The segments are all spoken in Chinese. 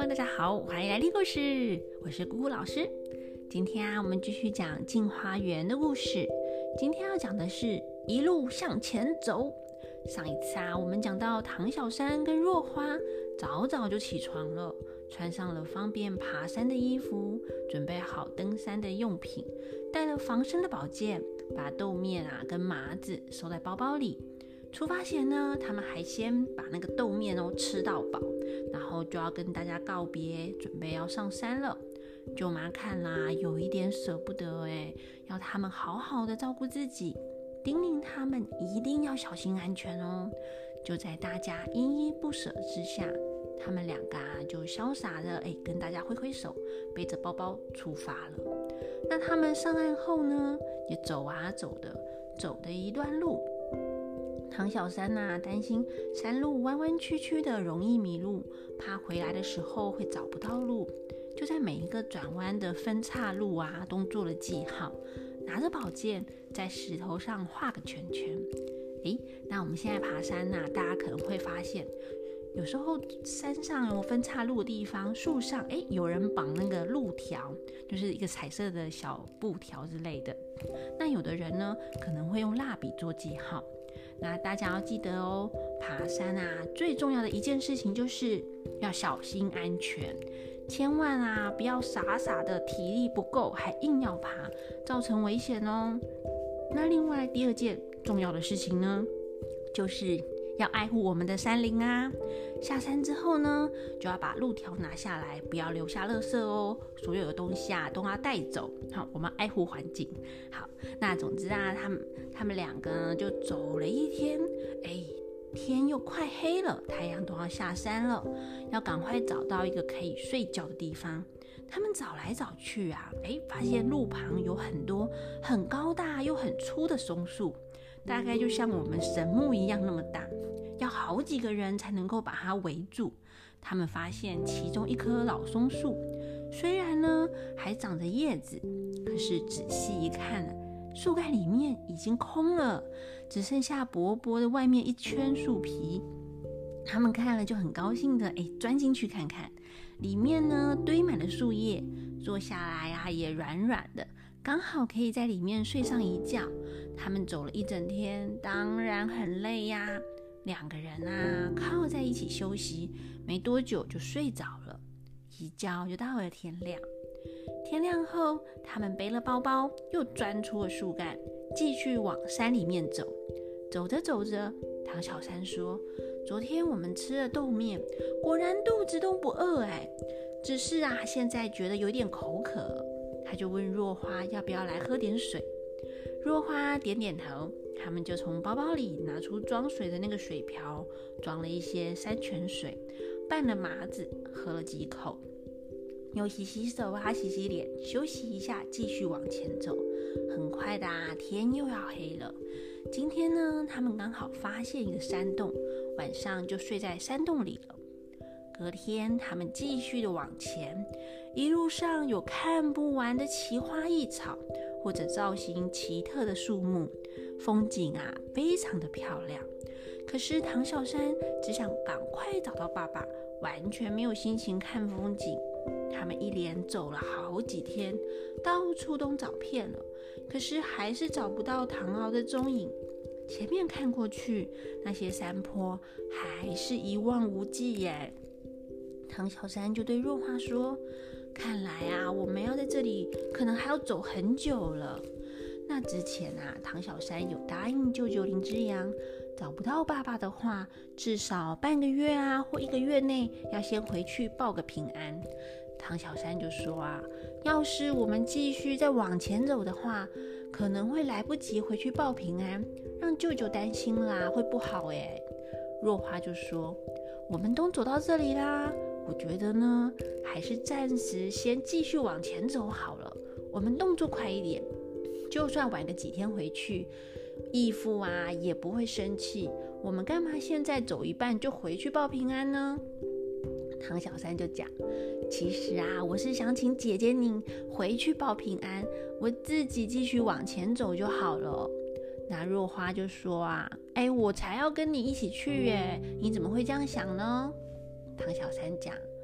大家好，欢迎来听故事，我是姑姑老师。今天我们继续讲镜花缘的故事。今天要讲的是一路向前走。上一次我们讲到唐小山跟若花早早就起床了，穿上了方便爬山的衣服，准备好登山的用品，带了防身的宝剑，把豆面跟麻子收在包包里。出发前呢，他们还先把那个豆面吃到饱，然后就要跟大家告别，准备要上山了。舅妈看啦，有一点舍不得要他们好好的照顾自己，叮咛他们一定要小心安全哦。就在大家依依不舍之下，他们两个就潇洒的跟大家挥挥手，背着包包出发了。那他们上岸后呢，也走的一段路。唐小山担心山路弯弯曲曲的容易迷路，怕回来的时候会找不到路，就在每一个转弯的分岔路都做了记号，拿着宝剑在石头上画个圈圈。那我们现在爬山大家可能会发现，有时候山上有分岔路的地方，树上有人绑那个路条，就是一个彩色的小布条之类的。那有的人呢，可能会用蜡笔做记号。那大家要记得哦，爬山最重要的一件事情就是要小心安全，千万不要傻傻的体力不够还硬要爬，造成危险哦。那另外第二件重要的事情呢，就是要爱护我们的山林下山之后呢，就要把路条拿下来，不要留下垃圾哦，所有的东西都要带走。好，我们爱护环境。好，那总之他们两个呢就走了一天，天又快黑了，太阳都要下山了，要赶快找到一个可以睡觉的地方。他们找来找去发现路旁有很多很高大又很粗的松树，大概就像我们神木一样那么大，要好几个人才能够把它围住。他们发现其中一棵老松树，虽然呢还长着叶子，可是仔细一看树干里面已经空了，只剩下薄薄的外面一圈树皮。他们看了就很高兴的钻进去看看，里面呢堆满了树叶，坐下来也软软的，刚好可以在里面睡上一觉。他们走了一整天，当然很累两个人靠在一起休息，没多久就睡着了，一觉就到了天亮。天亮后，他们背了包包，又钻出了树干，继续往山里面走。走着走着，唐小山说，昨天我们吃了豆面，果然肚子都不饿只是现在觉得有点口渴。他就问若花要不要来喝点水。若花点点头，他们就从包包里拿出装水的那个水瓢，装了一些山泉水，拌了麻子，喝了几口，又洗洗手洗洗脸，休息一下，继续往前走。很快的天又要黑了。今天呢，他们刚好发现一个山洞，晚上就睡在山洞里了。隔天他们继续的往前，一路上有看不完的奇花异草，或者造型奇特的树木，风景非常的漂亮。可是唐小山只想赶快找到爸爸，完全没有心情看风景。他们一连走了好几天，到处都找遍了，可是还是找不到唐敖的踪影。前面看过去，那些山坡还是一望无际唐小山就对若花说，看来我们要在这里可能还要走很久了。那之前唐小山有答应舅舅林之阳，找不到爸爸的话，至少半个月或1个月内要先回去报个平安。唐小山就说要是我们继续再往前走的话，可能会来不及回去报平安，让舅舅担心啦，会不好若花就说，我们都走到这里啦，我觉得呢，还是暂时先继续往前走好了，我们动作快一点，就算晚个几天回去，义父也不会生气，我们干嘛现在走一半就回去报平安呢？唐小山就讲，其实我是想请姐姐您回去报平安，我自己继续往前走就好了。那若花就说我才要跟你一起去耶，你怎么会这样想呢？唐小山讲，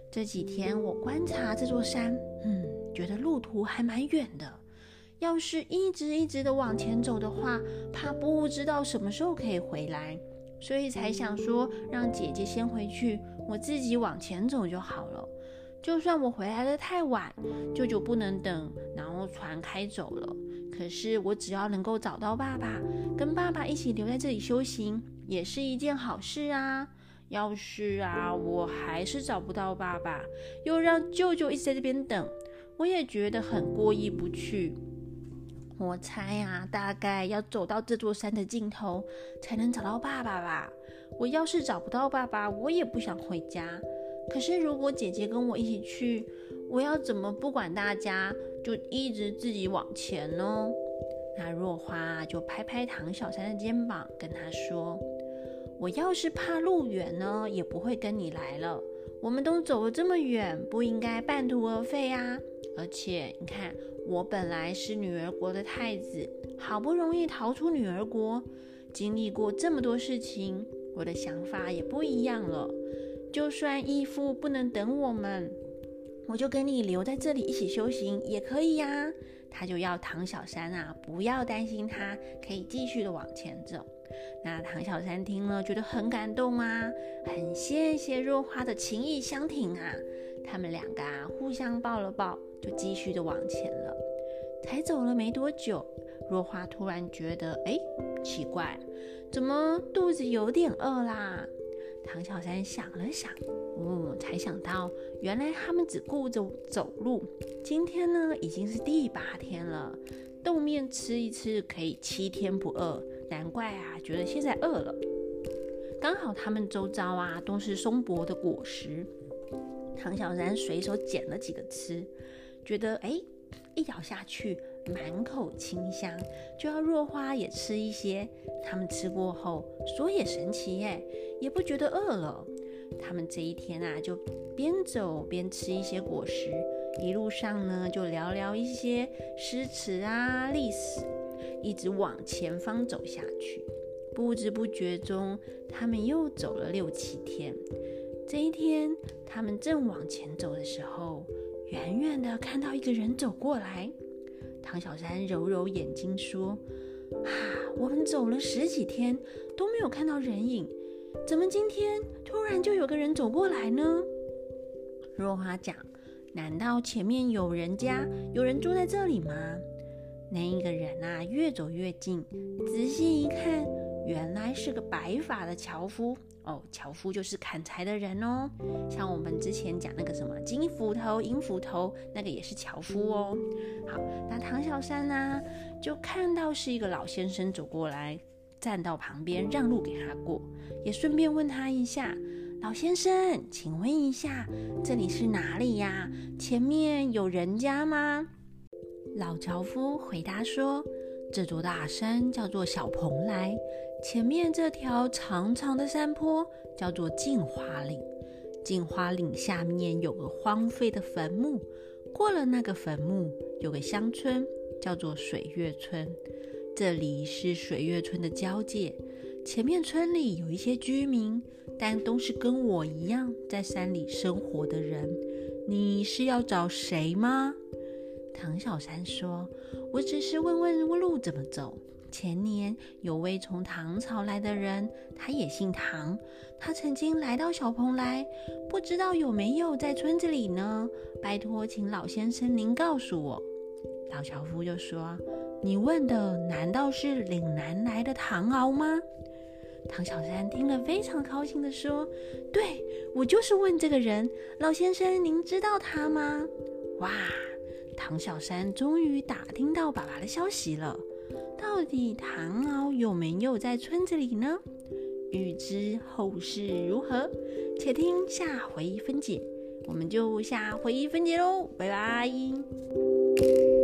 这几天我观察这座山，觉得路途还蛮远的。要是一直的往前走的话，怕不知道什么时候可以回来，所以才想说让姐姐先回去，我自己往前走就好了。就算我回来的太晚，舅舅不能等，然后船开走了。可是我只要能够找到爸爸，跟爸爸一起留在这里修行，也是一件好事啊。要是我还是找不到爸爸，又让舅舅一直在这边等，我也觉得很过意不去。我猜大概要走到这座山的尽头才能找到爸爸吧。我要是找不到爸爸，我也不想回家。可是如果姐姐跟我一起去，我要怎么不管大家，就一直自己往前呢？那若花就拍拍唐小山的肩膀，跟他说，我要是怕路远呢，也不会跟你来了。我们都走了这么远，不应该半途而废啊。而且你看，我本来是女儿国的太子，好不容易逃出女儿国，经历过这么多事情，我的想法也不一样了。就算义父不能等我们，我就跟你留在这里一起修行也可以呀。他就要唐小山不要担心他，可以继续的往前走。那唐小山听了觉得很感动很谢谢若花的情义相挺他们两个互相抱了抱，就继续的往前了。才走了没多久，若花突然觉得奇怪，怎么肚子有点饿啦？唐小山想了想，才想到原来他们只顾着走路，今天呢已经是第8天了，豆面吃一吃可以7天不饿，难怪觉得现在饿了。刚好他们周遭都是松柏的果实，唐小山随手捡了几个吃，觉得一咬下去满口清香，就要若花也吃一些。他们吃过后说也神奇也不觉得饿了。他们这一天就边走边吃一些果实，一路上呢就聊聊一些诗词历史，一直往前方走下去。不知不觉中，他们又走了6、7天。这一天，他们正往前走的时候，远远的看到一个人走过来。唐小山揉揉眼睛说，我们走了10几天都没有看到人影，怎么今天突然就有个人走过来呢？若花讲，难道前面有人家有人住在这里吗？那一个人越走越近，仔细一看，原来是个白发的樵夫。樵夫就是砍柴的人哦，像我们之前讲那个什么金斧头、银斧头，那个也是樵夫哦。好，那唐小山就看到是一个老先生走过来，站到旁边让路给他过，也顺便问他一下，老先生，请问一下，这里是哪里呀？前面有人家吗？老樵夫回答说，这座大山叫做小蓬莱，前面这条长长的山坡叫做镜花岭，镜花岭下面有个荒废的坟墓，过了那个坟墓有个乡村叫做水月村，这里是水月村的交界。前面村里有一些居民，但都是跟我一样在山里生活的人。你是要找谁吗？唐小山说，我只是问问路怎么走。前年有位从唐朝来的人，他也姓唐，他曾经来到小蓬莱，不知道有没有在村子里呢？拜托请老先生您告诉我。老樵夫就说，你问的难道是岭南来的唐敖吗？唐小山听了非常高兴地说，对，我就是问这个人，老先生您知道他吗？哇，唐小山终于打听到爸爸的消息了，到底唐敖有没有在村子里呢？欲知后事如何，且听下回分解。我们就下回分解咯，拜拜。